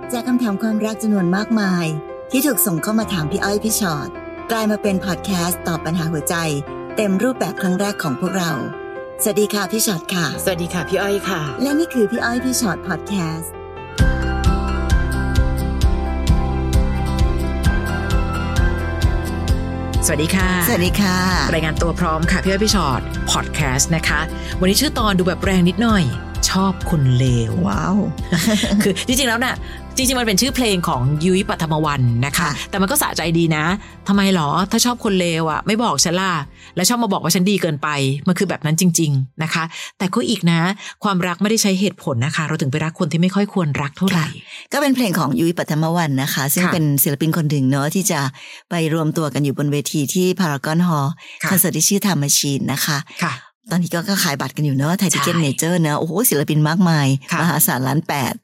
จากคำถามความรักจำนวนมากมายที่ถูกส่งเข้ามาถามพี่อ้อยพี่ชอตกลายมาเป็นพอดแคสต์ตอบปัญหาหัวใจเต็มรูปแบบครั้งแรกของพวกเราสวัสดีค่ะพี่ชอตค่ะสวัสดีค่ะพี่อ้อยค่ะและนี่คือพี่อ้อยพี่ชอตพอดแคสต์สวัสดีค่ะสวัสดีค่ะรายงานตัวพร้อมค่ะพี่อ้อยพี่ชอตพอดแคสต์นะคะวันนี้ชื่อตอนดูแบบแรงนิดหน่อยชอบคนเลวว้าวคือจริงๆแล้วน่ะจริงๆมันเป็นชื่อเพลงของยุ้ยปฐมวรรณนะคะแต่มันก็สะใจดีนะทำไมหรอถ้าชอบคนเลวอ่ะไม่บอกฉันล่ะแล้วชอบมาบอกว่าฉันดีเกินไปมันคือแบบนั้นจริงๆนะคะแต่ก็อีกนะความรักไม่ได้ใช้เหตุผลนะคะเราถึงไปรักคนที่ไม่ค่อยควรรักเท่าไหร่ก็เป็นเพลงของยุ้ยปฐมวรรณนะคะซึ่งเป็นศิลปินคนหนึ่งเนาะที่จะไปรวมตัวกันอยู่บนเวทีที่พารากอนฮอลล์คอนเสิร์ตที่ชื่อ Time Machine นะคะตอนนี้ก็ขายบัตรกันอยู่เนอะไทยทิเก็ตเมเจอร์เนอะโอ้โหศิลปินมากมายมหาศาลล้าน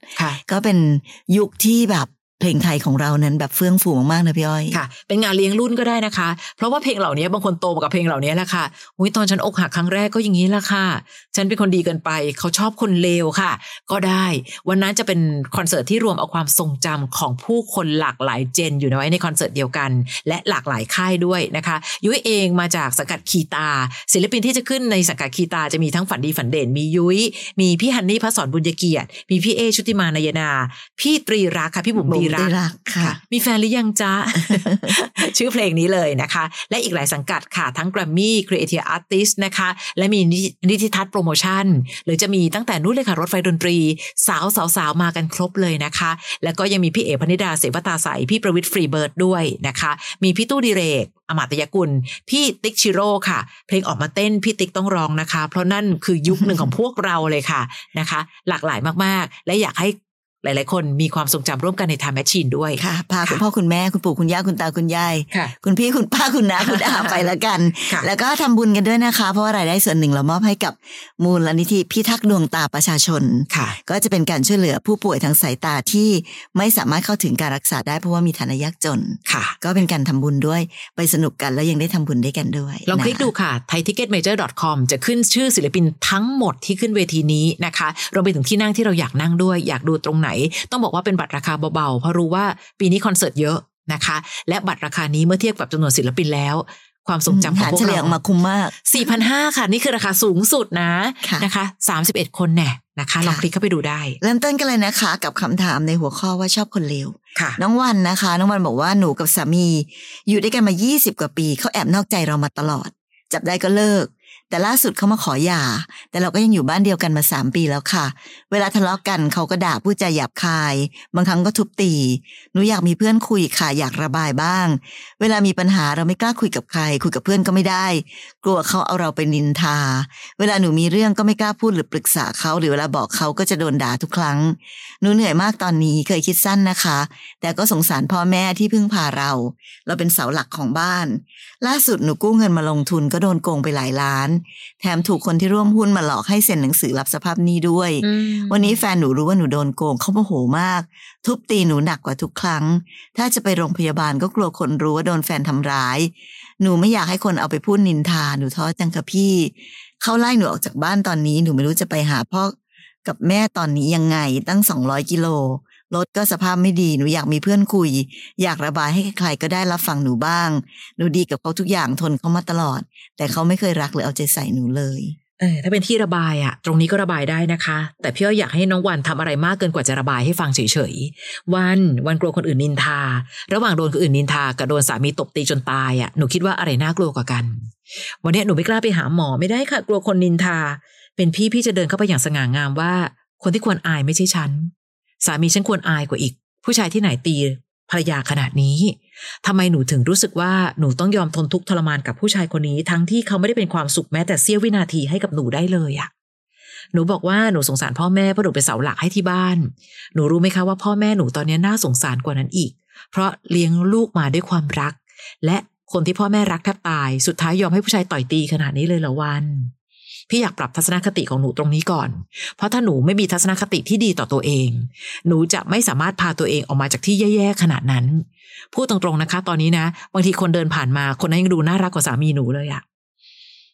8ก็เป็นยุคที่แบบเพลงไทยของเรานั้นแบบเฟื่องฟูมากๆนะพี่อ้อยค่ะเป็นงานเลี้ยงรุ่นก็ได้นะคะเพราะว่าเพลงเหล่านี้บางคนโตมากับเพลงเหล่านี้แหละค่ะอุ๊ยตอนฉันอกหักครั้งแรกก็อย่างนี้แหละค่ะฉันเป็นคนดีเกินไปเขาชอบคนเลวค่ะก็ได้วันนั้นจะเป็นคอนเสิร์ตที่รวมเอาความทรงจำของผู้คนหลากหลายเจนอยู่ไว้ในคอนเสิร์ตเดียวกันและหลากหลายค่ายด้วยนะคะยุ้ยเองมาจากสังกัดคีตาศิลปินที่จะขึ้นในสังกัดคีตาจะมีทั้งฝันดีฝันเด่นมียุ้ยมีพี่ฮันนี่พระสอนบุญเกียรติมีพี่เอชุติมานายนาพี่ตรีรักค่ะพี่บุ๋มตรีรักมีแฟนหรือยังจ๊ะ ชื่อเพลงนี้เลยนะคะและอีกหลายสังกัดค่ะทั้ง Grammy Creative Artist นะคะและมีนิติทัศน์โปรโมชั่นหรือจะมีตั้งแต่นู้นเลยค่ะรถไฟดนตรีสาวมากันครบเลยนะคะแล้วก็ยังมีพี่เอ๋พนิดาเสวตาใสพี่ประวิตรฟรีเบิร์ดด้วยนะคะมีพี่ตู้ดิเรกอมาตยกุลพี่ติ๊กชิโร่ค่ะเพลงออกมาเต้นพี่ติ๊กต้องร้องนะคะเพราะนั่นคือยุคหนึ่งของพวกเราเลยค่ะนะคะหลากหลายมากๆและอยากให้หลายๆคนมีความทรงจำร่วมกันใน Time Machine ด้วยค่ะพาคุณพ่อคุณแม่คุณปู่คุณย่าคุณตาคุณยายคุณพี่คุณป้าคุณน้าคุณอาไปแล้วกันแล้วก็ทำบุญกันด้วยนะคะเพราะว่ารายได้ส่วนหนึ่งเรามอบให้กับมูลนิธิพิทักษ์ดวงตาประชาชนก็จะเป็นการช่วยเหลือผู้ป่วยทางสายตาที่ไม่สามารถเข้าถึงการรักษาได้เพราะว่ามีฐานะยากจนก็เป็นการทำบุญด้วยไปสนุกกันแล้วยังได้ทำบุญด้วยกันด้วยลองคลิกดูค่ะ thaiticketmajor.com จะขึ้นชื่อศิลปินทั้งหมดที่ขึ้นเวทีนี้นะคะรวมไปถึงที่นั่งที่เราอยากนั่งด้วยอยากดูตรงไหนต้องบอกว่าเป็นบัตรราคาเบาๆเพราะรู้ว่าปีนี้คอนเสิร์ตเยอะนะคะและบัตรราคานี้เมื่อเทียบกับจำนวนศิลปินแล้วความทรงจำของพวกเรามาคุ้มมาก 4,500 ค่ะนี่คือราคาสูงสุดนะคะ31คนแน่นะคะลองคลิกเข้าไปดูได้เริ่มต้นกันเลยนะคะกับคำถามในหัวข้อว่าชอบคนเลวน้องวันนะคะน้องวันบอกว่าหนูกับสามีอยู่ด้วยกันมา20กว่าปีเขาแอบนอกใจเรามาตลอดจับได้ก็เลิกแต่ล่าสุดเขามาขอหย่าแต่เราก็ยังอยู่บ้านเดียวกันมา3 ปีแล้วค่ะเวลาทะเลาะกันเขาก็ด่าพูดจาหยาบคายบางครั้งก็ทุบตีหนูอยากมีเพื่อนคุยค่ะอยากระบายบ้างเวลามีปัญหาเราไม่กล้าคุยกับใครคุยกับเพื่อนก็ไม่ได้กลัวเขาเอาเราไปนินทาเวลาหนูมีเรื่องก็ไม่กล้าพูดหรือปรึกษาเขาหรือเวลาบอกเขาก็จะโดนด่าทุกครั้งหนูเหนื่อยมากตอนนี้เคยคิดสั้นนะคะแต่ก็สงสารพ่อแม่ที่พึ่งพาเราเป็นเสาหลักของบ้านล่าสุดหนูกู้เงินมาลงทุนก็โดนโกงไปหลายล้านแถมถูกคนที่ร่วมหุ้นมาหลอกให้เซ็นหนังสือรับสภาพหนี้ด้วยวันนี้แฟนหนูรู้ว่าหนูโดนโกงเขาโมโหมากทุบตีหนูหนักกว่าทุกครั้งถ้าจะไปโรงพยาบาลก็กลัวคนรู้ว่าโดนแฟนทำร้ายหนูไม่อยากให้คนเอาไปพูดนินทาหนูท้อจังค่ะพี่เขาไล่หนูออกจากบ้านตอนนี้หนูไม่รู้จะไปหาพ่อกับแม่ตอนนี้ยังไงตั้ง200 กิโลรถก็สภาพไม่ดีหนูอยากมีเพื่อนคุยอยากระบายให้ใครๆก็ได้รับฟังหนูบ้างหนูดีกับเขาทุกอย่างทนเขามาตลอดแต่เขาไม่เคยรักหรือเอาใจใส่หนูเลยถ้าเป็นที่ระบายตรงนี้ก็ระบายได้นะคะแต่พี่อยากให้น้องวันทำอะไรมากเกินกว่าจะระบายให้ฟังเฉยๆวันกลัวคนอื่นนินทาระหว่างโดนคนอื่นนินทากับโดนสามีตบตีจนตายหนูคิดว่าอะไรน่ากลัวกว่ากันวันนี้หนูไม่กล้าไปหาหมอไม่ได้ค่ะกลัวคนนินทาเป็นพี่จะเดินเข้าไปอย่างสง่างามว่าคนที่ควรอายไม่ใช่ฉันสามีฉันควรอายกว่าอีกผู้ชายที่ไหนตีภรรยาขนาดนี้ทำไมหนูถึงรู้สึกว่าหนูต้องยอมทนทุกข์ทรมานกับผู้ชายคนนี้ทั้งที่เขาไม่ได้เป็นความสุขแม้แต่เสี้ยววินาทีให้กับหนูได้เลยหนูบอกว่าหนูสงสารพ่อแม่เพราะหนูเป็นเสาหลักให้ที่บ้านหนูรู้ไหมคะว่าพ่อแม่หนูตอนนี้น่าสงสารกว่านั้นอีกเพราะเลี้ยงลูกมาด้วยความรักและคนที่พ่อแม่รักแทบตายสุดท้ายยอมให้ผู้ชายต่อยตีขนาดนี้เลยเหรอวันพี่อยากปรับทัศนคติของหนูตรงนี้ก่อนเพราะถ้าหนูไม่มีทัศนคติที่ดีต่อตัวเองหนูจะไม่สามารถพาตัวเองออกมาจากที่แย่ๆขนาดนั้นพูดตรงๆนะคะตอนนี้นะบางทีคนเดินผ่านมาคนนั้นยังดูน่ารักกว่าสามีหนูเลย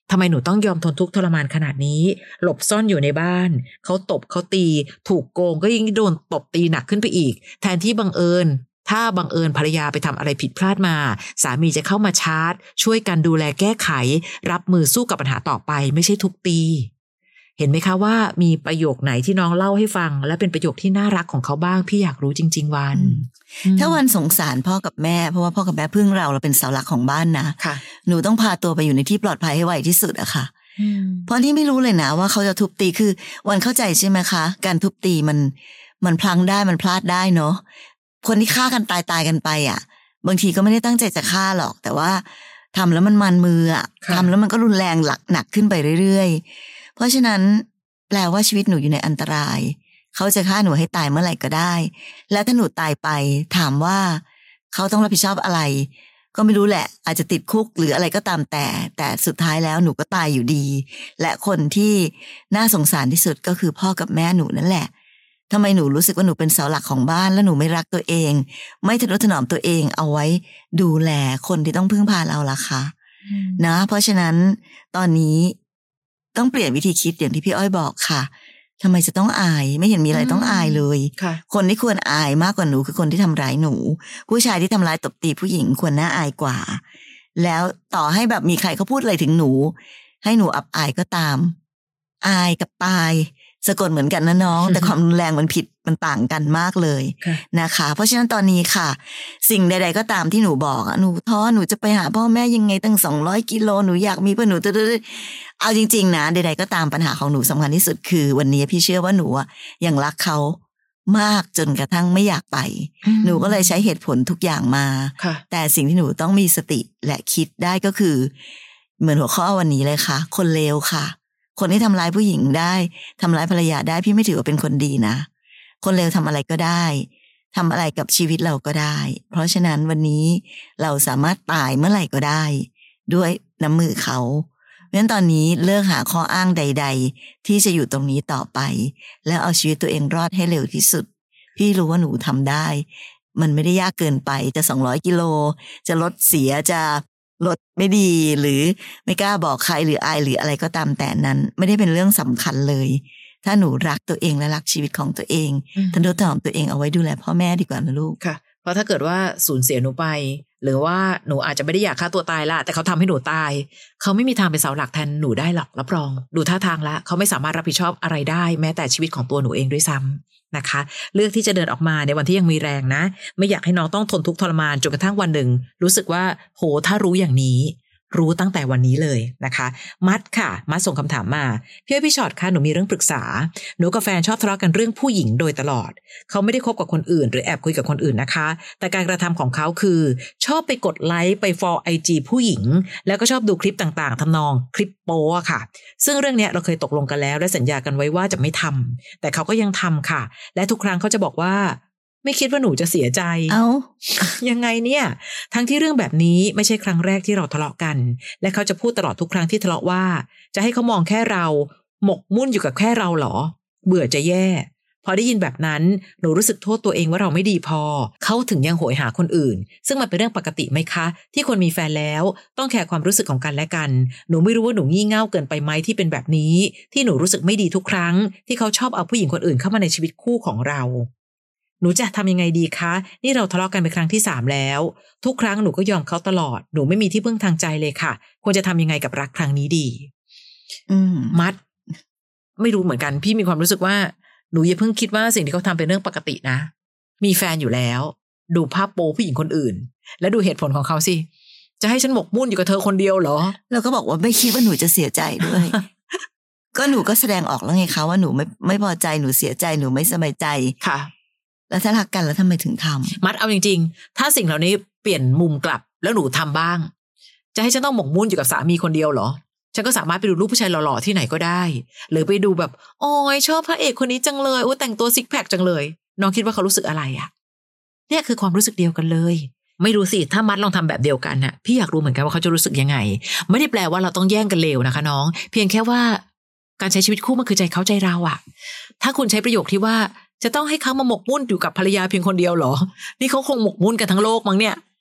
ทำไมหนูต้องยอมทนทุกข์ทรมานขนาดนี้หลบซ่อนอยู่ในบ้านเขาตบเขาตีถูกโกงก็ยิ่งโดนตบตีหนักขึ้นไปอีกแทนที่ถ้าบังเอิญภรรยาไปทำอะไรผิดพลาดมาสามีจะเข้ามาชาร์จช่วยกันดูแลแก้ไขรับมือสู้กับปัญหาต่อไปไม่ใช่ทุบตีเห็นไหมคะว่ามีประโยคไหนที่น้องเล่าให้ฟังและเป็นประโยคที่น่ารักของเขาบ้างพี่อยากรู้จริงๆวันถ้าวันสงสารพ่อกับแม่เพราะว่าพ่อกับแม่พึ่งเราเป็นเสาหลักของบ้านนะหนูต้องพาตัวไปอยู่ในที่ปลอดภัยให้ไวที่สุดอะค่ะเพราะนี่ไม่รู้เลยนะว่าเขาจะทุบตีคือวันเข้าใจใช่ไหมคะการทุบตีมันพลั้งได้มันพลาดได้เนาะคนที่ฆ่ากันตายกันไปอ่ะบางทีก็ไม่ได้ตั้งใจจะฆ่าหรอกแต่ว่าทำแล้วมันมืออ่ะทำแล้วมันก็รุนแรงหนักขึ้นไปเรื่อยๆเพราะฉะนั้นแปลว่าชีวิตหนูอยู่ในอันตรายเขาจะฆ่าหนูให้ตายเมื่อไหร่ก็ได้แล้วถ้าหนูตายไปถามว่าเขาต้องรับผิดชอบอะไรก็ไม่รู้แหละอาจจะติดคุกหรืออะไรก็ตามแต่สุดท้ายแล้วหนูก็ตายอยู่ดีและคนที่น่าสงสารที่สุดก็คือพ่อกับแม่หนูนั่นแหละทำไมหนูรู้สึกว่าหนูเป็นเสาหลักของบ้านแล้วหนูไม่รักตัวเองไม่ทนุถนอมตัวเองเอาไว้ดูแลคนที่ต้องพึ่งพาเราล่ะคะนะเพราะฉะนั้นตอนนี้ต้องเปลี่ยนวิธีคิดอย่างที่พี่อ้อยบอกค่ะทำไมจะต้องอายไม่เห็นมีอะไรต้องอายเลยคนที่ควรอายมากกว่าหนูคือคนที่ทำร้ายหนูผู้ชายที่ทำร้ายตบตีผู้หญิงควรน่าอายกว่าแล้วต่อให้แบบมีใครเขาพูดอะไรถึงหนูให้หนูอับอายก็ตามอายกับตายสะกดเหมือนกันนะน้องแต่ความรุนแรงมันผิดมันต่างกันมากเลยนะคะเพราะฉะนั้นตอนนี้ค่ะสิ่งใดๆก็ตามที่หนูบอกหนูท้อหนูจะไปหาพ่อแม่ยังไงตั้ง200 กิโลหนูอยากมีเพื่อนหนูเอาจริงๆนะใดๆก็ตามปัญหาของหนูสำคัญที่สุดคือวันนี้พี่เชื่อว่าหนูยังรักเขามากจนกระทั่งไม่อยากไปหนูก็เลยใช้เหตุผลทุกอย่างมาแต่สิ่งที่หนูต้องมีสติและคิดได้ก็คือเหมือนหัวข้อวันนี้เลยค่ะคนเลวค่ะคนที่ทำร้ายผู้หญิงได้ทำร้ายภรรยาได้พี่ไม่ถือว่าเป็นคนดีนะคนเลวทำอะไรก็ได้ทำอะไรกับชีวิตเราก็ได้เพราะฉะนั้นวันนี้เราสามารถตายเมื่อไหร่ก็ได้ด้วยน้ำมือเขาเพราะฉะนั้นตอนนี้เลิกหาข้ออ้างใดๆที่จะอยู่ตรงนี้ต่อไปแล้วเอาชีวิตตัวเองรอดให้เร็วที่สุดพี่รู้ว่าหนูทำได้มันไม่ได้ยากเกินไปจะ200 กิโลจะลดเสียจะลดไม่ดีหรือไม่กล้าบอกใครหรืออายหรืออะไรก็ตามแต่นั้นไม่ได้เป็นเรื่องสำคัญเลยถ้าหนูรักตัวเองและรักชีวิตของตัวเองทนุถนอมตัวเองเอาไว้ดูแลพ่อแม่ดีกว่านะลูกค่ะเพราะถ้าเกิดว่าสูญเสียหนูไปหรือว่าหนูอาจจะไม่ได้อยากฆ่าตัวตายละแต่เขาทำให้หนูตายเขาไม่มีทางเป็นเสาหลักแทนหนูได้หรอกรับรองดูท่าทางละเขาไม่สามารถรับผิดชอบอะไรได้แม้แต่ชีวิตของตัวหนูเองด้วยซ้ำนะคะเลือกที่จะเดินออกมาในวันที่ยังมีแรงนะไม่อยากให้น้องต้องทนทุกข์ทรมานจนกระทั่งวันหนึ่งรู้สึกว่าโหถ้ารู้อย่างนี้รู้ตั้งแต่วันนี้เลยนะคะมัดค่ะมัดส่งคำถามมาพี่ชอตค่ะหนูมีเรื่องปรึกษาหนูกับแฟนชอบทะเลาะกันเรื่องผู้หญิงโดยตลอดเขาไม่ได้คบกับคนอื่นหรือแอบคุยกับคนอื่นนะคะแต่การกระทำของเขาคือชอบไปกดไลค์ไป follow IG ผู้หญิงแล้วก็ชอบดูคลิปต่างๆทำนองคลิปโป๊ะค่ะซึ่งเรื่องนี้เราเคยตกลงกันแล้วและสัญญากันไว้ว่าจะไม่ทำแต่เขาก็ยังทำค่ะและทุกครั้งเขาจะบอกว่าไม่คิดว่าหนูจะเสียใจยังไงเนี่ยทั้งที่เรื่องแบบนี้ไม่ใช่ครั้งแรกที่เราทะเลาะกันและเขาจะพูดตลอดทุกครั้งที่ทะเลาะว่าจะให้เขามองแค่เราหมกมุ่นอยู่กับแค่เราเหรอเบื่อจะแย่พอได้ยินแบบนั้นหนูรู้สึกโทษตัวเองว่าเราไม่ดีพอเขาถึงยังโหยหาคนอื่นซึ่งมันเป็นเรื่องปกติไหมคะที่คนมีแฟนแล้วต้องแคร์ความรู้สึกของกันและกันหนูไม่รู้ว่าหนูงี่เง่าเกินไปไหมที่เป็นแบบนี้ที่หนูรู้สึกไม่ดีทุกครั้งที่เขาชอบเอาผู้หญิงคนอื่นเข้ามาในชีวิตคู่ของเราหนูจะทำยังไงดีคะนี่เราทะเลาะกันเป็นครั้งที่3แล้วทุกครั้งหนูก็ยอมเขาตลอดหนูไม่มีที่พึ่งทางใจเลยค่ะควรจะทำยังไงกับรักครั้งนี้ดีมัดไม่รู้เหมือนกันพี่มีความรู้สึกว่าหนูอย่าเพิ่งคิดว่าสิ่งที่เขาทำเป็นเรื่องปกตินะมีแฟนอยู่แล้วดูภาพโป๊ผู้หญิงคนอื่นแล้วดูเหตุผลของเขาสิจะให้ฉันหมกมุ่นอยู่กับเธอคนเดียวเหรอแล้วก็บอกว่าไม่คิดว่าหนูจะเสียใจด้วย ก็หนูก็แสดงออกแล้วไงคะว่าหนูไม่พอใจหนูเสียใจหนูไม่สบายใจค่ะแล้วถ้ารักกันแล้วทำไมถึงทำมัดเอาจริงๆถ้าสิ่งเหล่านี้เปลี่ยนมุมกลับแล้วหนูทำบ้างจะให้ฉันต้องหมกมุ่นอยู่กับสามีคนเดียวเหรอฉันก็สามารถไปดูรูปผู้ชายหล่อๆที่ไหนก็ได้หรือไปดูแบบโอ้ยชอบพระเอกคนนี้จังเลยโอ้แต่งตัวซิกแพคจังเลยน้องคิดว่าเขารู้สึกอะไรอ่ะเนี่ยคือความรู้สึกเดียวกันเลยไม่รู้สิถ้ามัดลองทำแบบเดียวกันน่ะพี่อยากรู้เหมือนกันว่าเขาจะรู้สึกยังไงไม่ได้แปลว่าเราต้องแย่งกันเลวนะคะน้องเพียงแค่ว่าการใช้ชีวิตคู่มันคือใจเขาใจเราอ่ะถ้าคุณใช้ประโยคที่ว่าจะต้องให้เขามาหมกมุ่นอยู่กับภรรยาเพียงคนเดียวเหรอนี่เขาคงหมกมุ่นกันทั้งโลกมั้งเนี่ย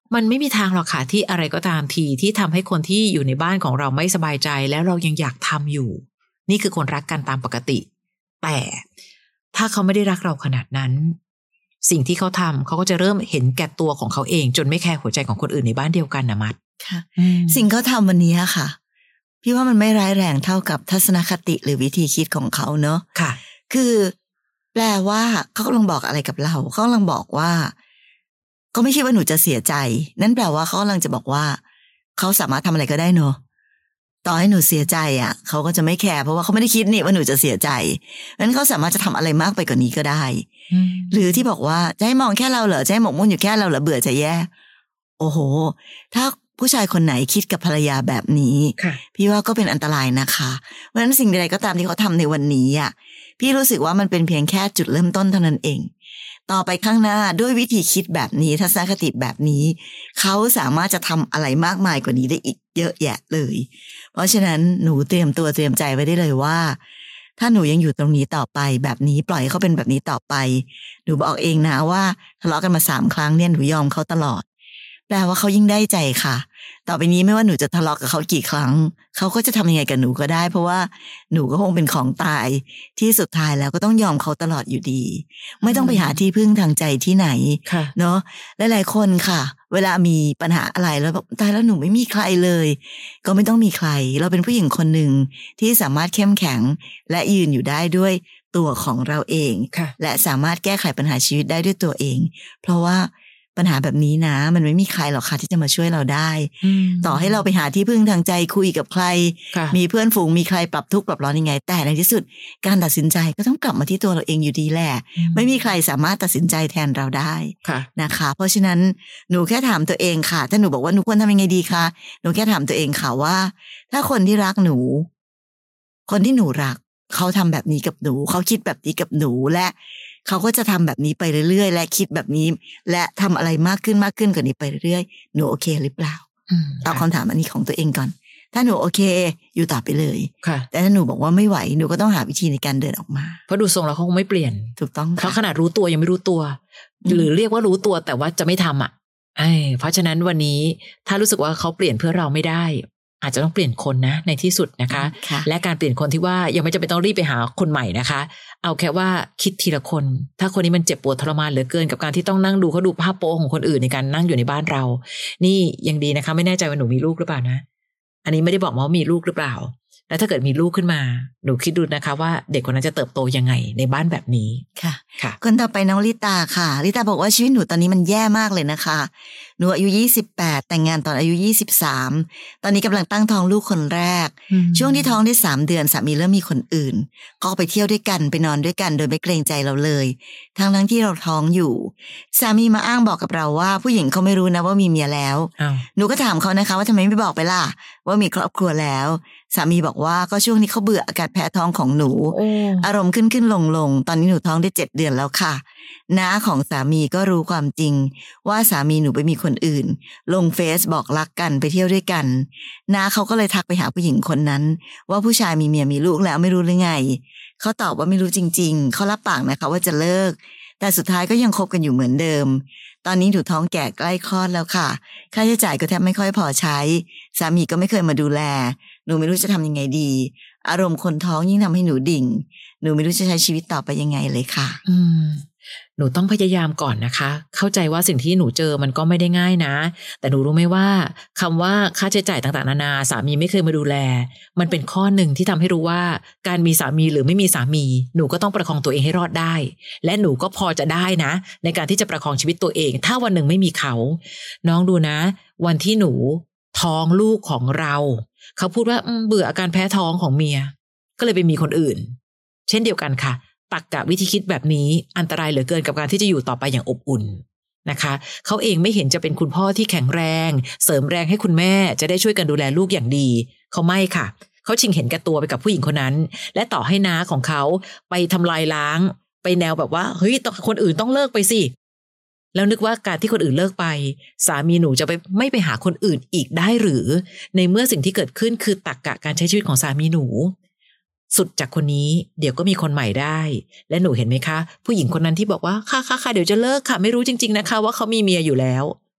มันไม่มีทางหรอกค่ะที่อะไรก็ตามทีที่ทำให้คนที่อยู่ในบ้านของเราไม่สบายใจแล้วเรายังอยากทำอยู่นี่คือคนรักกันตามปกติแต่ถ้าเขาไม่ได้รักเราขนาดนั้นสิ่งที่เขาทำเขาก็จะเริ่มเห็นแก่ตัวของเขาเองจนไม่แคร์หัวใจของคนอื่นในบ้านเดียวกันนะมัดค่ะสิ่งเขาทำวันนี้ค่ะพี่ว่ามันไม่ร้ายแรงเท่ากับทัศนคติหรือวิธีคิดของเขาเนอะค่ะคือแปลว่าเขากำลังบอกอะไรกับเราเขากำลังบอกว่าเขาไม่คิดว่าหนูจะเสียใจนั่นแปลว่าเขากำลังจะบอกว่าเขาสามารถทำอะไรก็ได้เนอะต่อให้หนูเสียใจอ่ะเขาก็จะไม่แคร์เพราะว่าเขาไม่ได้คิดนี่ว่าหนูจะเสียใจงั้นเขาสามารถจะทำอะไรมากไปกว่านี้ก็ได้หรือที่บอกว่าจะให้มองแค่เราเหรอจะให้หมกมุ่นอยู่แค่เราเหรอเบื่อจะแย่โอ้โหถ้าผู้ชายคนไหนคิดกับภรรยาแบบนี้พี่ว่าก็เป็นอันตรายนะคะเพราะฉะนั้นสิ่งใดก็ตามที่เขาทำในวันนี้อ่ะพี่รู้สึกว่ามันเป็นเพียงแค่จุดเริ่มต้นเท่านั้นเองต่อไปข้างหน้าด้วยวิธีคิดแบบนี้ทัศนคติแบบนี้เขาสามารถจะทำอะไรมากมายกว่านี้ได้อีกเยอะแยะเลยเพราะฉะนั้นหนูเตรียมตัวเตรียมใจไว้ได้เลยว่าถ้าหนูยังอยู่ตรงนี้ต่อไปแบบนี้ปล่อยให้เขาเป็นแบบนี้ต่อไปหนูบอกเองนะว่าทะเลาะกันมา3 ครั้งเนี่ยหนูยอมเขาตลอดแปลว่าเขายิ่งได้ใจค่ะต่อไปนี้ไม่ว่าหนูจะทะเลาะกับเขากี่ครั้งเขาก็จะทำยังไงกับหนูก็ได้เพราะว่าหนูก็คงเป็นของตายที่สุดท้ายแล้วก็ต้องยอมเขาตลอดอยู่ดีไม่ต้องไปหาที่พึ่งทางใจที่ไหนเนาะหลายๆคนค่ะเวลามีปัญหาอะไรแล้วบอกตายแล้วหนูไม่มีใครเลยก็ไม่ต้องมีใครเราเป็นผู้หญิงคนหนึ่งที่สามารถเข้มแข็งและยืนอยู่ได้ด้วยตัวของเราเองและสามารถแก้ไขปัญหาชีวิตได้ด้วยตัวเองเพราะว่าปัญหาแบบนี้นะมันไม่มีใครหรอกค่ะที่จะมาช่วยเราได้ต่อให้เราไปหาที่พึ่งทางใจคุยกับใครมีเพื่อนฝูงมีใครปรับทุกข์ปรับร้อนยังไงแต่ในที่สุดการตัดสินใจก็ต้องกลับมาที่ตัวเราเองอยู่ดีแหละไม่มีใครสามารถตัดสินใจแทนเราได้นะคะเพราะฉะนั้นหนูแค่ถามตัวเองค่ะถ้าหนูบอกว่าหนูควรทำยังไงดีคะหนูแค่ถามตัวเองค่ะว่าถ้าคนที่รักหนูคนที่หนูรักเขาทำแบบนี้กับหนูเขาคิดแบบนี้กับหนูและเขาก็จะทำแบบนี้ไปเรื่อยๆและคิดแบบนี้และทำอะไรมากขึ้นกว่านี้ไปเรื่อยๆหนูโอเคหรือเปล่าตอบคำถามอันนี้ของตัวเองก่อนถ้าหนูโอเคอยู่ต่อไปเลยแต่ถ้าหนูบอกว่าไม่ไหวหนูก็ต้องหาวิธีในการเดินออกมาเพราะดูทรงแล้วเขาคงไม่เปลี่ยนถูกต้องเขาขนาดรู้ตัวยังไม่รู้ตัวหรือเรียกว่ารู้ตัวแต่ว่าจะไม่ทำอ่ะเพราะฉะนั้นวันนี้ถ้ารู้สึกว่าเขาเปลี่ยนเพื่อเราไม่ได้อาจจะต้องเปลี่ยนคนนะในที่สุดนะคะและการเปลี่ยนคนที่ว่ายังไม่จำเป็นต้องรีบไปหาคนใหม่นะคะเอาแค่ว่าคิดทีละคนถ้าคนนี้มันเจ็บปวดทรมานเหลือเกินกับการที่ต้องนั่งดูเขาดูภาพโป๊ของคนอื่นในการนั่งอยู่ในบ้านเรานี่ยังดีนะคะไม่แน่ใจว่าหนูมีลูกหรือเปล่านะอันนี้ไม่ได้บอกว่ามีลูกหรือเปล่าแล้วถ้าเกิดมีลูกขึ้นมาหนูคิดดูนะคะว่าเด็กคนนั้นจะเติบโตยังไงในบ้านแบบนี้ค่ะคนต่อไปน้องลิตาค่ะลิตาบอกว่าชีวิตหนูตอนนี้มันแย่มากเลยนะคะหนูอายุ28แต่งงานตอนอายุ23ตอนนี้กำลังตั้งท้องลูกคนแรกช่วงที่ท้องได้3 เดือนสามีเริ่มมีคนอื่นก็ไปเที่ยวด้วยกันไปนอนด้วยกันโดยไม่เกรงใจเราเลยทั้งที่เราท้องอยู่สามีมาอ้างบอกกับเราว่าผู้หญิงเขาไม่รู้นะว่ามีเมียแล้วหนูก็ถามเขานะคะว่าทำไมไม่บอกไปล่ะว่ามีครอบครัวแล้วสามีบอกว่าก็ช่วงนี้เขาเบื่ออาการแพ้ท้องของหนูอารมณ์ขึ้นลงตอนนี้หนูท้องได้7 เดือนแล้วค่ะน้าของสามีก็รู้ความจริงว่าสามีหนูไปมีคนอื่นลงเฟซบอกรักกันไปเที่ยวด้วยกันน้าเขาก็เลยทักไปหาผู้หญิงคนนั้นว่าผู้ชายมีเมียมีลูกแล้วไม่รู้หรือไงเขาตอบว่าไม่รู้จริงๆเขารับปากนะคะว่าจะเลิกแต่สุดท้ายก็ยังคบกันอยู่เหมือนเดิมตอนนี้หนูท้องแก่ใกล้คลอดแล้วค่ะค่าใช้จ่ายก็แทบไม่ค่อยพอใช้สามีก็ไม่เคยมาดูแลหนูไม่รู้จะทำยังไงดีอารมณ์คนท้องยิ่งทำให้หนูดิ่งหนูไม่รู้จะใช้ชีวิตต่อไปยังไงเลยค่ะหนูต้องพยายามก่อนนะคะเข้าใจว่าสิ่งที่หนูเจอมันก็ไม่ได้ง่ายนะแต่หนูรู้ไหมว่าคำว่าค่าใช้จ่ายต่างๆนานาสามีไม่เคยมาดูแลมันเป็นข้อหนึ่งที่ทำให้รู้ว่าการมีสามีหรือไม่มีสามีหนูก็ต้องประคองตัวเองให้รอดได้และหนูก็พอจะได้นะในการที่จะประคองชีวิตตัวเองถ้าวันหนึ่งไม่มีเขาน้องดูนะวันที่หนูท้องลูกของเราเขาพูดว่าเบื่ออาการแพ้ท้องของเมียก็เลยไปมีคนอื่นเช่นเดียวกันค่ะตรรกะวิธีคิดแบบนี้อันตรายเหลือเกินกับการที่จะอยู่ต่อไปอย่างอบอุ่นนะคะเขาเองไม่เห็นจะเป็นคุณพ่อที่แข็งแรงเสริมแรงให้คุณแม่จะได้ช่วยกันดูแลลูกอย่างดีเขาไม่ค่ะเขาชิงเห็นแก่ตัวไปกับผู้หญิงคนนั้นและต่อให้น้าของเขาไปทำลายล้างไปแนวแบบว่าเฮ้ยคนอื่นต้องเลิกไปสิแล้วนึกว่าการที่คนอื่นเลิกไปสามีหนูจะไม่ไปหาคนอื่นอีกได้หรือในเมื่อสิ่งที่เกิดขึ้นคือตรรกะการใช้ชีวิตของสามีหนูสุดจากคนนี้เดี๋ยวก็มีคนใหม่ได้และหนูเห็นไหมคะผู้หญิงคนนั้นที่บอกว่าค่ะเดี๋ยวจะเลิกค่ะไม่รู้จริงๆนะคะว่าเขามีเมียอยู่แล้ว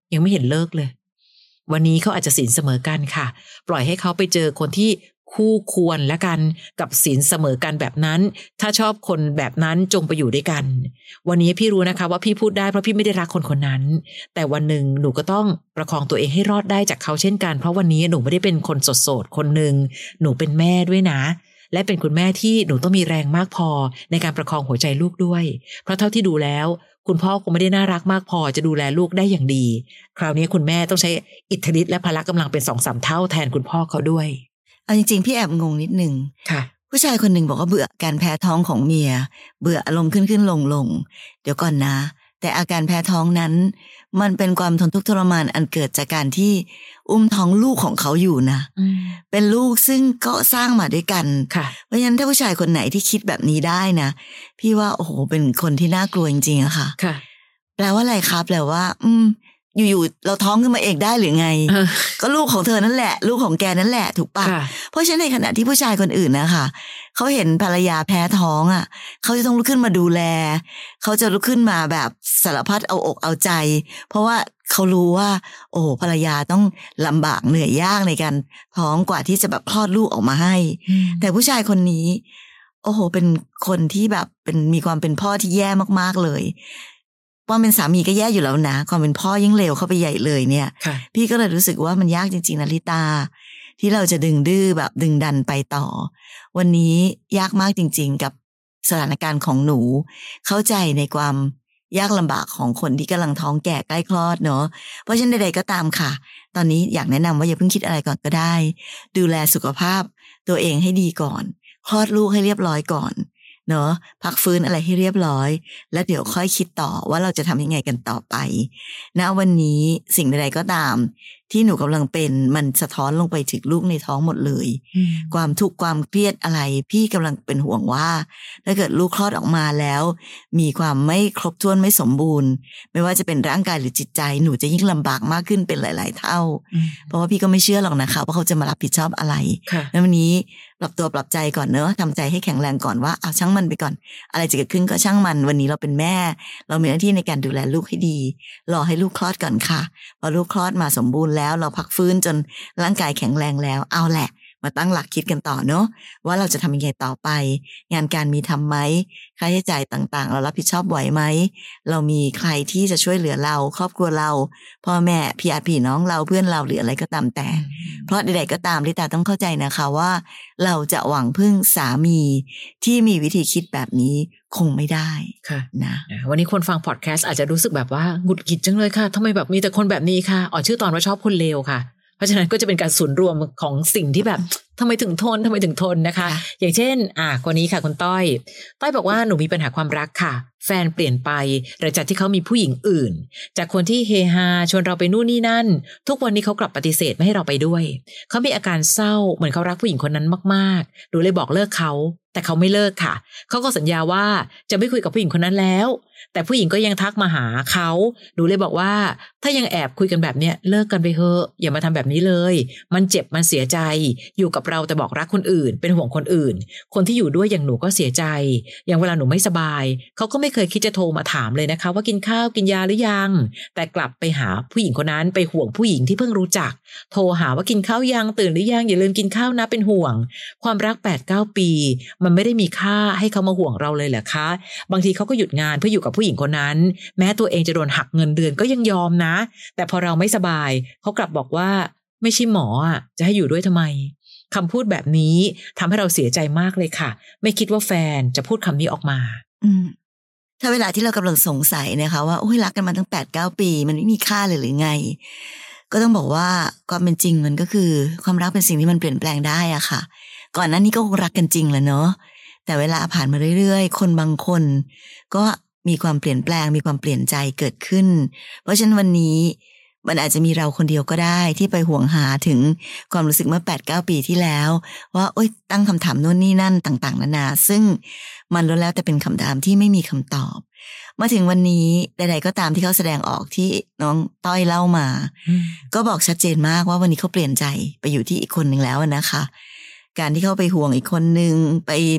ยังไม่เห็นเลิกเลยวันนี้เขาอาจจะศีลเสมอกันค่ะปล่อยให้เขาไปเจอคนที่คู่ควรและกันกับศีลเสมอกันแบบนั้นถ้าชอบคนแบบนั้นจงไปอยู่ด้วยกันวันนี้พี่รู้นะคะว่าพี่พูดได้เพราะพี่ไม่ได้รักคนคนนั้นแต่วันหนึ่งหนูก็ต้องประคองตัวเองให้รอดได้จากเขาเช่นกันเพราะวันนี้หนูไม่ได้เป็นคนโสดๆคนหนึ่งหนูเป็นแม่ด้วยนะและเป็นคุณแม่ที่หนูต้องมีแรงมากพอในการประคองหัวใจลูกด้วยเพราะเท่าที่ดูแล้วคุณพ่อคงไม่ได้น่ารักมากพอจะดูแลลูกได้อย่างดีคราวนี้คุณแม่ต้องใช้อิทธิฤทธิ์และพละกำลังเป็น 2-3 เท่าแทนคุณพ่อเขาด้วยเอาจริงๆพี่แอบงงนิดนึงค่ะผู้ชายคนหนึ่งบอกว่าเบื่อการแพ้ท้องของเมียเบื่ออารมณ์ขึ้นลงเดี๋ยวก่อนนะแต่อาการแพ้ท้องนั้นมันเป็นความทนทุกข์ทรมานอันเกิดจากการที่อุ้มท้องลูกของเขาอยู่นะเป็นลูกซึ่งก็สร้างมาด้วยกันเพราะฉะนั้นถ้าผู้ชายคนไหนที่คิดแบบนี้ได้นะพี่ว่าโอ้โหเป็นคนที่น่ากลัวจริงๆอะค่ะแปลว่าอะไรครับแปลว่าอยู่ๆเราท้องขึ้นมาเองได้หรือไงก็ลูกของเธอนั่นแหละลูกของแกนั่นแหละถูกปะเพราะฉะนั้นในขณะที่ผู้ชายคนอื่นนะคะเขาเห็นภรรยาแพ้ท้องอ่ะเขาจะต้องลุกขึ้นมาดูแลเขาจะลุกขึ้นมาแบบสารพัดเอาอกเอาใจเพราะว่าเขารู้ว่าโอ้ภรรยาต้องลำบากเหนื่อยยากในการท้องกว่าที่จะแบบคลอดลูกออกมาให้แต่ผู้ชายคนนี้โอ้โหเป็นคนที่แบบเป็นมีความเป็นพ่อที่แย่มากๆเลยความเป็นสามีก็แย่อยู่แล้วนะความเป็นพ่อยิ่งเลวเข้าไปใหญ่เลยเนี่ยพี่ก็เลยรู้สึกว่ามันยากจริงๆนะลิตาที่เราจะดึงดื้อแบบดึงดันไปต่อวันนี้ยากมากจริงๆกับสถานการณ์ของหนูเข้าใจในความยากลำบากของคนที่กำลังท้องแก่ใกล้คลอดเนาะเพราะฉะนั้นใดๆก็ตามค่ะตอนนี้อยากแนะนำว่าอย่าเพิ่งคิดอะไรก่อนก็ได้ดูแลสุขภาพตัวเองให้ดีก่อนคลอดลูกให้เรียบร้อยก่อนเนาะพักฟื้นอะไรให้เรียบร้อยแล้วเดี๋ยวค่อยคิดต่อว่าเราจะทำยังไงกันต่อไปณวันนี้สิ่งใดๆก็ตามที่หนูกำลังเป็นมันสะท้อนลงไปถึงลูกในท้องหมดเลยความทุกข์ความเครียดอะไรพี่กำลังเป็นห่วงว่าถ้าเกิดลูกคลอดออกมาแล้วมีความไม่ครบถ้วนไม่สมบูรณ์ไม่ว่าจะเป็นร่างกายหรือจิตใจหนูจะยิ่งลำบากมากขึ้นเป็นหลายๆเท่าเพราะว่าพี่ก็ไม่เชื่อหรอกนะคะว่าเขาจะมารับผิดชอบอะไรแล้ววันนี้ปรับตัวปรับใจก่อนเนอะทำใจให้แข็งแรงก่อนว่าเอาช่างมันไปก่อนอะไรจะเกิดขึ้นก็ช่างมันวันนี้เราเป็นแม่เรามีหน้าที่ในการดูแลลูกให้ดีรอให้ลูกคลอดก่อนค่ะพอลูกคลอดมาสมบูรณ์แล้วเราพักฟื้นจนร่างกายแข็งแรงแล้วเอาแหละมาตั้งหลักคิดกันต่อเนอะว่าเราจะทำยังไงต่อไปงานการมีทำไหมค่าใช้จ่ายต่างๆเรารับผิดชอบไหวไหมเรามีใครที่จะช่วยเหลือเราครอบครัวเราพ่อแม่พี่น้องเราเพื่อนเราหรืออะไรก็ตามแต่เพราะใดๆก็ตามลิตาต้องเข้าใจนะคะว่าเราจะหวังพึ่งสามีที่มีวิธีคิดแบบนี้คงไม่ได้ค่ะนะวันนี้คนฟังพอดแคสต์อาจจะรู้สึกแบบว่าหงุดหงิดจังเลยค่ะทำไมแบบมีแต่คนแบบนี้ค่ะชื่อตอนว่าชอบคนเลวค่ะเพราะฉะนั้นก็จะเป็นการศูนย์รวมของสิ่งที่แบบทำไมถึงทนนะคะอย่างเช่นคนนี้ค่ะคุณต้อยบอกว่าหนูมีปัญหาความรักค่ะแฟนเปลี่ยนไปหลังจากที่เขามีผู้หญิงอื่นจากคนที่เฮฮาชวนเราไปนู่นนี่นั่นทุกวันนี้เขากลับปฏิเสธไม่ให้เราไปด้วยเขามีอาการเศร้าเหมือนเขารักผู้หญิงคนนั้นมากๆหนูเลยบอกเลิกเขาแต่เขาไม่เลิกค่ะเขาก็สัญญาว่าจะไม่คุยกับผู้หญิงคนนั้นแล้วแต่ผู้หญิงก็ยังทักมาหาเขาหนูเลยบอกว่าถ้ายังแอบคุยกันแบบเนี้ยเลิกกันไปเถอะอย่ามาทำแบบนี้เลยมันเจ็บมันเสียใจอยู่กับเราแต่บอกรักคนอื่นเป็นห่วงคนอื่นคนที่อยู่ด้วยอย่างหนูก็เสียใจอย่างเวลาหนูไม่สบายเขาก็ไม่เคยคิดจะโทรมาถามเลยนะคะว่ากินข้าวกินยาหรือยังแต่กลับไปหาผู้หญิงคนนั้นไปห่วงผู้หญิงที่เพิ่งรู้จักโทรหาว่ากินข้าวยังตื่นหรือยังอย่าลืมกินข้าวนะเป็นห่วงความรัก 8-9 ปีมันไม่ได้มีค่าให้เขามาห่วงเราเลยเหรอคะบางทีเขาก็หยุดงานเพื่ออยู่กับผู้หญิงคนนั้นแม้ตัวเองจะโดนหักเงินเดือนก็ยังยอมนะแต่พอเราไม่สบายเขากลับบอกว่าไม่ใช่หมอจะให้อยู่ด้วยทำไมคำพูดแบบนี้ทำให้เราเสียใจมากเลยค่ะไม่คิดว่าแฟนจะพูดคำนี้ออกมาถ้าเวลาที่เรากำลังสงสัยนะคะว่าโอ้ยรักกันมาตั้ง 8-9 ปีมันไม่มีค่าเลยหรือไงก็ต้องบอกว่าความเป็นจริงมันก็คือความรักเป็นสิ่งที่มันเปลี่ยนแปลงได้อะค่ะก่อนหน้านี้ก็คงรักกันจริงแหละเนาะแต่เวลาผ่านมาเรื่อยๆคนบางคนก็มีความเปลี่ยนแปลงมีความเปลี่ยนใจเกิดขึ้นเพราะฉะนั้นวันนี้มันอาจจะมีเราคนเดียวก็ได้ที่ไปห่วงหาถึงความรู้สึกเมื่อ 8-9 ปีที่แล้วว่าโอ๊ยตั้งคำถามโน่นนี่นั่นต่างๆนานาซึ่งมันล้วนแล้วแต่เป็นคำถามที่ไม่มีคำตอบมาถึงวันนี้ใดๆก็ตามที่เขาแสดงออกที่น้องต้อยเล่ามาก็บอกชัดเจนมากว่าวันนี้เขาเปลี่ยนใจไปอยู่ที่อีกคนนึงแล้วนะคะการที่เขาไปห่วงอีกคนนึงไป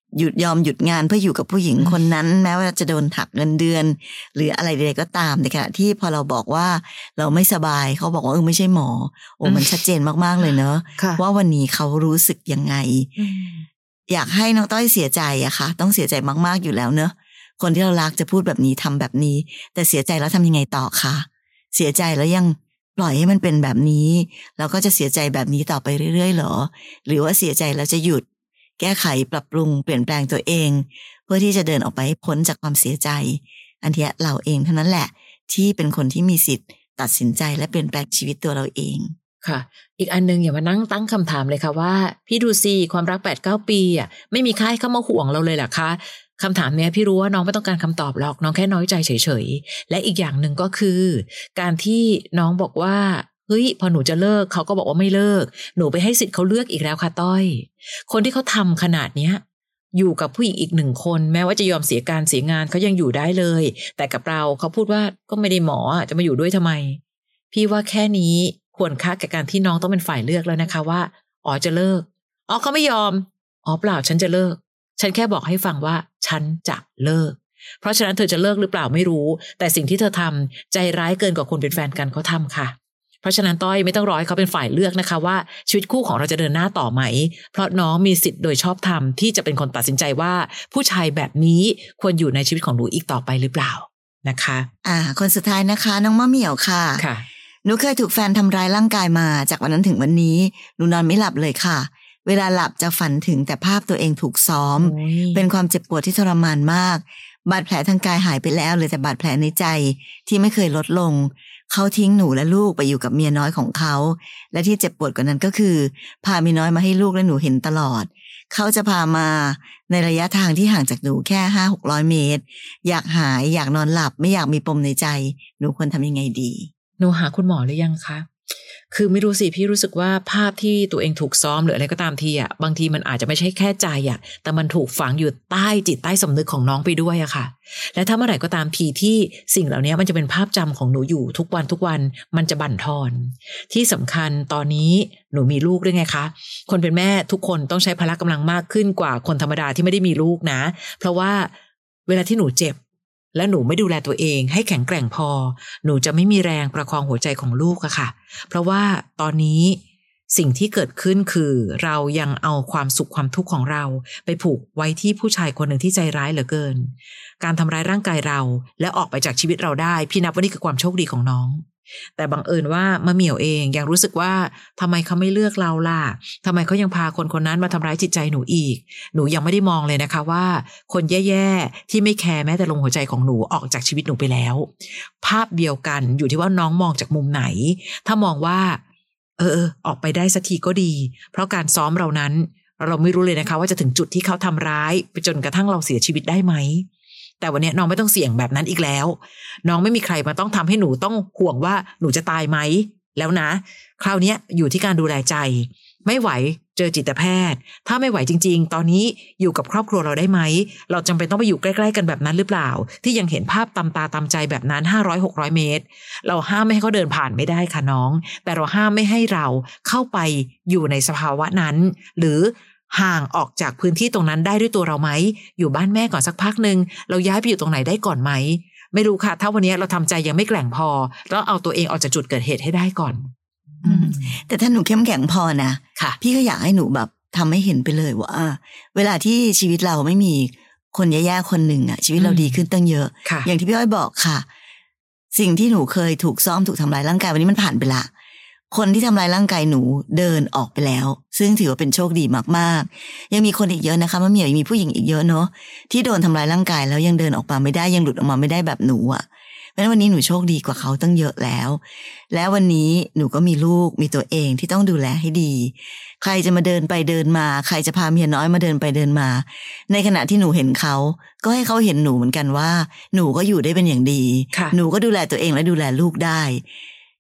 หยุดงานเพื่ออยู่กับผู้หญิงคนนั้นแม้ว่าจะโดนหักเงินเดือนหรืออะไรใดๆก็ตามในขณะที่พอเราบอกว่าเราไม่สบายเขาบอกว่าไม่ใช่หมอโอ้มันชัดเจนมากๆเลยเนอะว่าวันนี้เขารู้สึกยังไงอยากให้น้องต้อยเสียใจอะค่ะต้องเสียใจมากๆอยู่แล้วเนอะคนที่เรารักจะพูดแบบนี้ทำแบบนี้แต่เสียใจแล้วทำยังไงต่อคะเสียใจแล้วยังปล่อยให้มันเป็นแบบนี้แล้วก็จะเสียใจแบบนี้ต่อไปเรื่อยๆหรอหรือว่าเสียใจแล้วจะหยุดแก้ไขปรับปรุงเปลี่ยนแปลงตัวเองเพื่อที่จะเดินออกไปพ้นจากความเสียใจอันเนี้ยเราเองเท่านั้นแหละที่เป็นคนที่มีสิทธิ์ตัดสินใจและเปลี่ยนแปลงชีวิตตัวเราเองค่ะอีกอันนึงอย่ามานั่งตั้งคำถามเลยค่ะว่าพี่ดูสิความรัก 8-9 ปีอ่ะไม่มีใครเข้ามาห่วงเราเลยเหรอคะคำถามเนี้ยพี่รู้ว่าน้องไม่ต้องการคำตอบหรอกน้องแค่น้อยใจเฉยๆและอีกอย่างหนึ่งก็คือการที่น้องบอกว่าเฮ้ยพอหนูจะเลิกเขาก็บอกว่าไม่เลิกหนูไปให้สิทธิ์เขาเลือกอีกแล้วค่ะต้อยคนที่เขาทำขนาดเนี้ยอยู่กับผู้หญิงอีกหนึ่งคนแม้ว่าจะยอมเสียการเสียงานเขายังอยู่ได้เลยแต่กับเราเขาพูดว่าก็ไม่ได้หมอจะมาอยู่ด้วยทำไมพี่ว่าแค่นี้ควรค่ากับการที่น้องต้องเป็นฝ่ายเลือกแล้วนะคะว่าอ๋อจะเลิกอ๋อเขาไม่ยอมอ๋อเปล่าฉันจะเลิกฉันแค่บอกให้ฟังว่าฉันจะเลิกเพราะฉะนั้นเธอจะเลิกหรือเปล่าไม่รู้แต่สิ่งที่เธอทำใจร้ายเกินกว่าคนเป็นแฟนกันเขาทำค่ะเพราะฉะนั้นต้อยไม่ต้องรอให้เขาเป็นฝ่ายเลือกนะคะว่าชีวิตคู่ของเราจะเดินหน้าต่อไหมเพราะน้องมีสิทธิ์โดยชอบธรรมที่จะเป็นคนตัดสินใจว่าผู้ชายแบบนี้ควรอยู่ในชีวิตของหนูอีกต่อไปหรือเปล่านะคะคนสุดท้ายนะคะน้องมะเหมี่ยวค่ะหนูเคยถูกแฟนทำร้ายร่างกายมาจากวันนั้นถึงวันนี้หนูนอนไม่หลับเลยค่ะเวลาหลับจะฝันถึงแต่ภาพตัวเองถูกซ้อมเป็นความเจ็บปวดที่ทรมานมากบาดแผลทางกายหายไปแล้วเหลือแต่บาดแผลในใจที่ไม่เคยลดลงเขาทิ้งหนูและลูกไปอยู่กับเมียน้อยของเขาและที่เจ็บปวดกว่านั้นก็คือพาเมียน้อยมาให้ลูกและหนูเห็นตลอดเขาจะพามาในระยะทางที่ห่างจากหนูแค่ 500-600 เมตรอยากหายอยากนอนหลับไม่อยากมีปมในใจหนูควรทำยังไงดีหนูหาคุณหมอหรือยังคะคือไม่รู้สิพี่รู้สึกว่าภาพที่ตัวเองถูกซ้อมหรืออะไรก็ตามทีบางทีมันอาจจะไม่ใช่แค่ใจแต่มันถูกฝังอยู่ใต้จิตใต้สำนึกของน้องไปด้วยค่ะและถ้าเมื่อไหร่ก็ตามทีที่สิ่งเหล่านี้มันจะเป็นภาพจำของหนูอยู่ทุกวันมันจะบั่นทอนที่สำคัญตอนนี้หนูมีลูกด้วยไงคะคนเป็นแม่ทุกคนต้องใช้พละกำลังมากขึ้นกว่าคนธรรมดาที่ไม่ได้มีลูกนะเพราะว่าเวลาที่หนูเจ็บและหนูไม่ดูแลตัวเองให้แข็งแกร่งพอหนูจะไม่มีแรงประคองหัวใจของลูกค่ะเพราะว่าตอนนี้สิ่งที่เกิดขึ้นคือเรายังเอาความสุขความทุกข์ของเราไปผูกไว้ที่ผู้ชายคนหนึ่งที่ใจร้ายเหลือเกินการทำร้ายร่างกายเราและออกไปจากชีวิตเราได้พี่นับว่านี่คือความโชคดีของน้องแต่บังเอิญว่ามะเหมี่ยวเองยังรู้สึกว่าทำไมเขาไม่เลือกเราล่ะทำไมเขายังพาคนนั้นมาทำร้ายจิตใจหนูอีกหนูยังไม่ได้มองเลยนะคะว่าคนแย่ๆที่ไม่แคร์แม้แต่ลมหัวใจของหนูออกจากชีวิตหนูไปแล้วภาพเดียวกันอยู่ที่ว่าน้องมองจากมุมไหนถ้ามองว่าออกไปได้สักทีก็ดีเพราะการซ้อมเรานั้นเราไม่รู้เลยนะคะว่าจะถึงจุดที่เขาทำร้ายไปจนกระทั่งเราเสียชีวิตได้ไหมแต่วันนี้น้องไม่ต้องเสี่ยงแบบนั้นอีกแล้วน้องไม่มีใครมาต้องทำให้หนูต้องห่วงว่าหนูจะตายไหมแล้วนะคราวนี้อยู่ที่การดูแลใจไม่ไหวเจอจิตแพทย์ถ้าไม่ไหวจริงๆตอนนี้อยู่กับครอบครัวเราได้ไหมเราจำเป็นต้องไปอยู่ใกล้ๆกันแบบนั้นหรือเปล่าที่ยังเห็นภาพตามตาตามใจแบบนั้น 500-600 เมตรเราห้ามไม่ให้เขาเดินผ่านไม่ได้ค่ะน้องแต่เราห้ามไม่ให้เราเข้าไปอยู่ในสภาวะนั้นหรือห่างออกจากพื้นที่ตรงนั้นได้ด้วยตัวเราไหมอยู่บ้านแม่ก่อนสักพักนึงเราย้ายไปอยู่ตรงไหนได้ก่อนไหมไม่รู้ค่ะถ้าวันนี้เราทำใจยังไม่แกร่งพอแล้วเอาตัวเองออกจากจุดเกิดเหตุให้ได้ก่อนแต่ถ้าหนูเข้มแข็งพอนะค่ะพี่ก็อยากให้หนูแบบทำให้เห็นไปเลยว่าเวลาที่ชีวิตเราไม่มีคนแย่ๆคนหนึ่งชีวิตเราดีขึ้นตั้งเยอะอย่างที่พี่อ้อยบอกค่ะสิ่งที่หนูเคยถูกซ้อมถูกทำร้ายร่างกายวันนี้มันผ่านไปละคนที่ทำร้ายร่างกายหนูเดินออกไปแล้วซึ่งถือว่าเป็นโชคดีมากๆยังมีคนอีกเยอะนะคะมะเหมี่ยวยังมีผู้หญิงอีกเยอะเนาะที่โดนทำร้ายร่างกายแล้วยังเดินออกมาไม่ได้ยังหลุดออกมาไม่ได้แบบหนูเพราะฉะนั้นวันนี้หนูโชคดีกว่าเขาตั้งเยอะแล้วและวันนี้หนูก็มีลูกมีตัวเองที่ต้องดูแลให้ดีใครจะมาเดินไปเดินมาใครจะพาเมียน้อยมาเดินไปเดินมาในขณะที่หนูเห็นเขาก็ให้เขาเห็นหนูเหมือนกันว่าหนูก็อยู่ได้เป็นอย่างดีหนูก็ดูแลตัวเองและดูแลลูกได้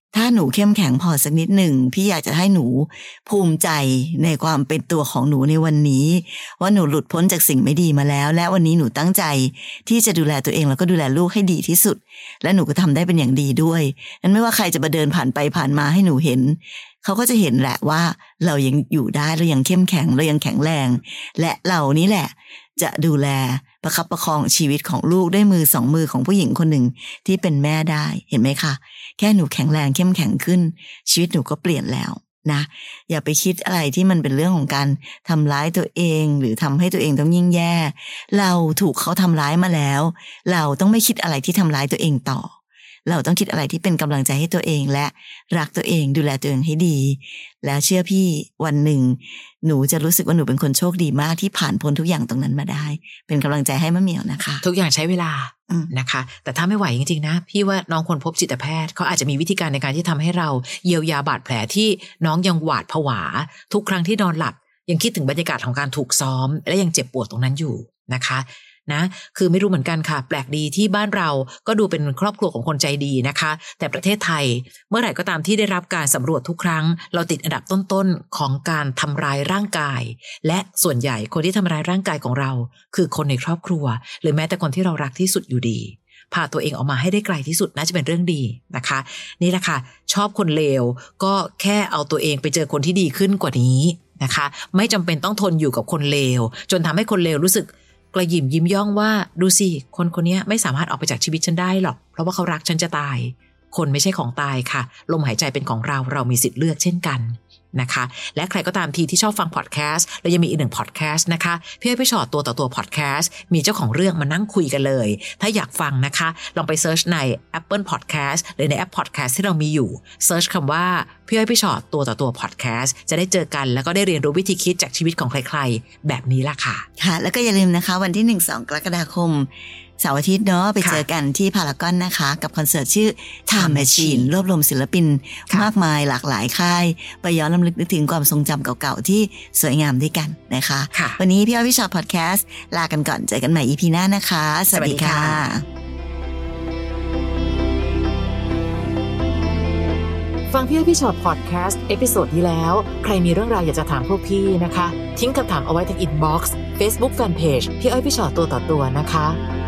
ถ้าหนูเข้มแข็งพอสักนิดหนึ่งพี่อยากจะให้หนูภูมิใจในความเป็นตัวของหนูในวันนี้ว่าหนูหลุดพ้นจากสิ่งไม่ดีมาแล้วและวันนี้หนูตั้งใจที่จะดูแลตัวเองแล้วก็ดูแลลูกให้ดีที่สุดและหนูก็ทำได้เป็นอย่างดีด้วยนั้นไม่ว่าใครจะมาเดินผ่านไปผ่านมาให้หนูเห็นเขาก็จะเห็นแหละว่าเรายังอยู่ได้เรายังเข้มแข็งเรายังแข็งแรงและเรานี้แหละจะดูแลประคับประคองชีวิตของลูกด้วยมือสองมือของผู้หญิงคนหนึ่งที่เป็นแม่ได้เห็นไหมคะแค่หนูแข็งแรงเข้มแข็งขึ้นชีวิตหนูก็เปลี่ยนแล้วนะอย่าไปคิดอะไรที่มันเป็นเรื่องของการทำร้ายตัวเองหรือทำให้ตัวเองต้องยิ่งแย่เราถูกเขาทำร้ายมาแล้วเราต้องไม่คิดอะไรที่ทำร้ายตัวเองต่อเราต้องคิดอะไรที่เป็นกำลังใจให้ตัวเองและรักตัวเองดูแลตัวเองให้ดีแล้วเชื่อพี่วันหนึ่งหนูจะรู้สึกว่าหนูเป็นคนโชคดีมากที่ผ่านพ้นทุกอย่างตรงนั้นมาได้เป็นกำลังใจให้มะเหมียวนะคะทุกอย่างใช้เวลานะคะแต่ถ้าไม่ไหวจริงๆนะพี่ว่าน้องควรพบจิตแพทย์เขาอาจจะมีวิธีการในการที่ทำให้เราเยียวยาบาดแผลที่น้องยังหวาดผวาทุกครั้งที่นอนหลับยังคิดถึงบรรยากาศของการถูกซ้อมและยังเจ็บปวดตรงนั้นอยู่นะคะนะคือไม่รู้เหมือนกันค่ะแปลกดีที่บ้านเราก็ดูเป็นครอบครัวของคนใจดีนะคะแต่ประเทศไทยเมื่อไหร่ก็ตามที่ได้รับการสำรวจทุกครั้งเราติดอันดับต้นๆของการทำร้ายร่างกายและส่วนใหญ่คนที่ทำร้ายร่างกายของเราคือคนในครอบครัวหรือแม้แต่คนที่เรารักที่สุดอยู่ดีพาตัวเองออกมาให้ได้ไกลที่สุดน่าจะเป็นเรื่องดีนะคะนี่แหละค่ะชอบคนเลวก็แค่เอาตัวเองไปเจอคนที่ดีขึ้นกว่านี้นะคะไม่จำเป็นต้องทนอยู่กับคนเลวจนทำให้คนเลวรู้สึกกระหยิ่มยิ้มย่องว่าดูสิคนนี้ไม่สามารถออกไปจากชีวิตฉันได้หรอกเพราะว่าเขารักฉันจะตายคนไม่ใช่ของตายค่ะลมหายใจเป็นของเรามีสิทธิ์เลือกเช่นกันนะคะและใครก็ตามทีที่ชอบฟังพอดแคสต์แล้วยังมีอีกหนึ่งพอดแคสต์นะคะพี่อ้อยพี่ชอตตัวต่อตัวพอดแคสต์มีเจ้าของเรื่องมานั่งคุยกันเลยถ้าอยากฟังนะคะลองไปเซิร์ชใน Apple Podcast หรือในแอป Podcast ที่เรามีอยู่เซิร์ชคำว่าพี่อ้อยพี่ชอตตัวต่อตัวพอดแคสต์จะได้เจอกันแล้วก็ได้เรียนรู้วิธีคิดจากชีวิตของใครๆแบบนี้ล่ะค่ะค่ะแล้วก็อย่าลืมนะคะวันที่ 1-2 กรกฎาคมเสาร์อาทิตย์เนาะไปเจอกันที่พารากอนนะคะกับคอนเสิร์ตชื่อ Time Machine รวบรวมศิลปินมากมายหลากหลายค่ายไปย้อนรำลึกนึกถึงความทรงจำเก่าๆที่สวยงามด้วยกันนะคะวันนี้พี่อ้อยพี่ชอตพอดแคสต์ลากันก่อนเจอกันใหม่ EP หน้านะคะสวัสดีค่ะฟังพี่อ้อยพี่ชอตพอดแคสต์เอพิโซดที่แล้วใครมีเรื่องราวอยากจะถามพวกพี่นะคะทิ้งคำถามเอาไว้ที่อินบ็อกซ์ Facebook Fanpage พี่อ้อยพี่ชอตตัวต่อตัวนะคะ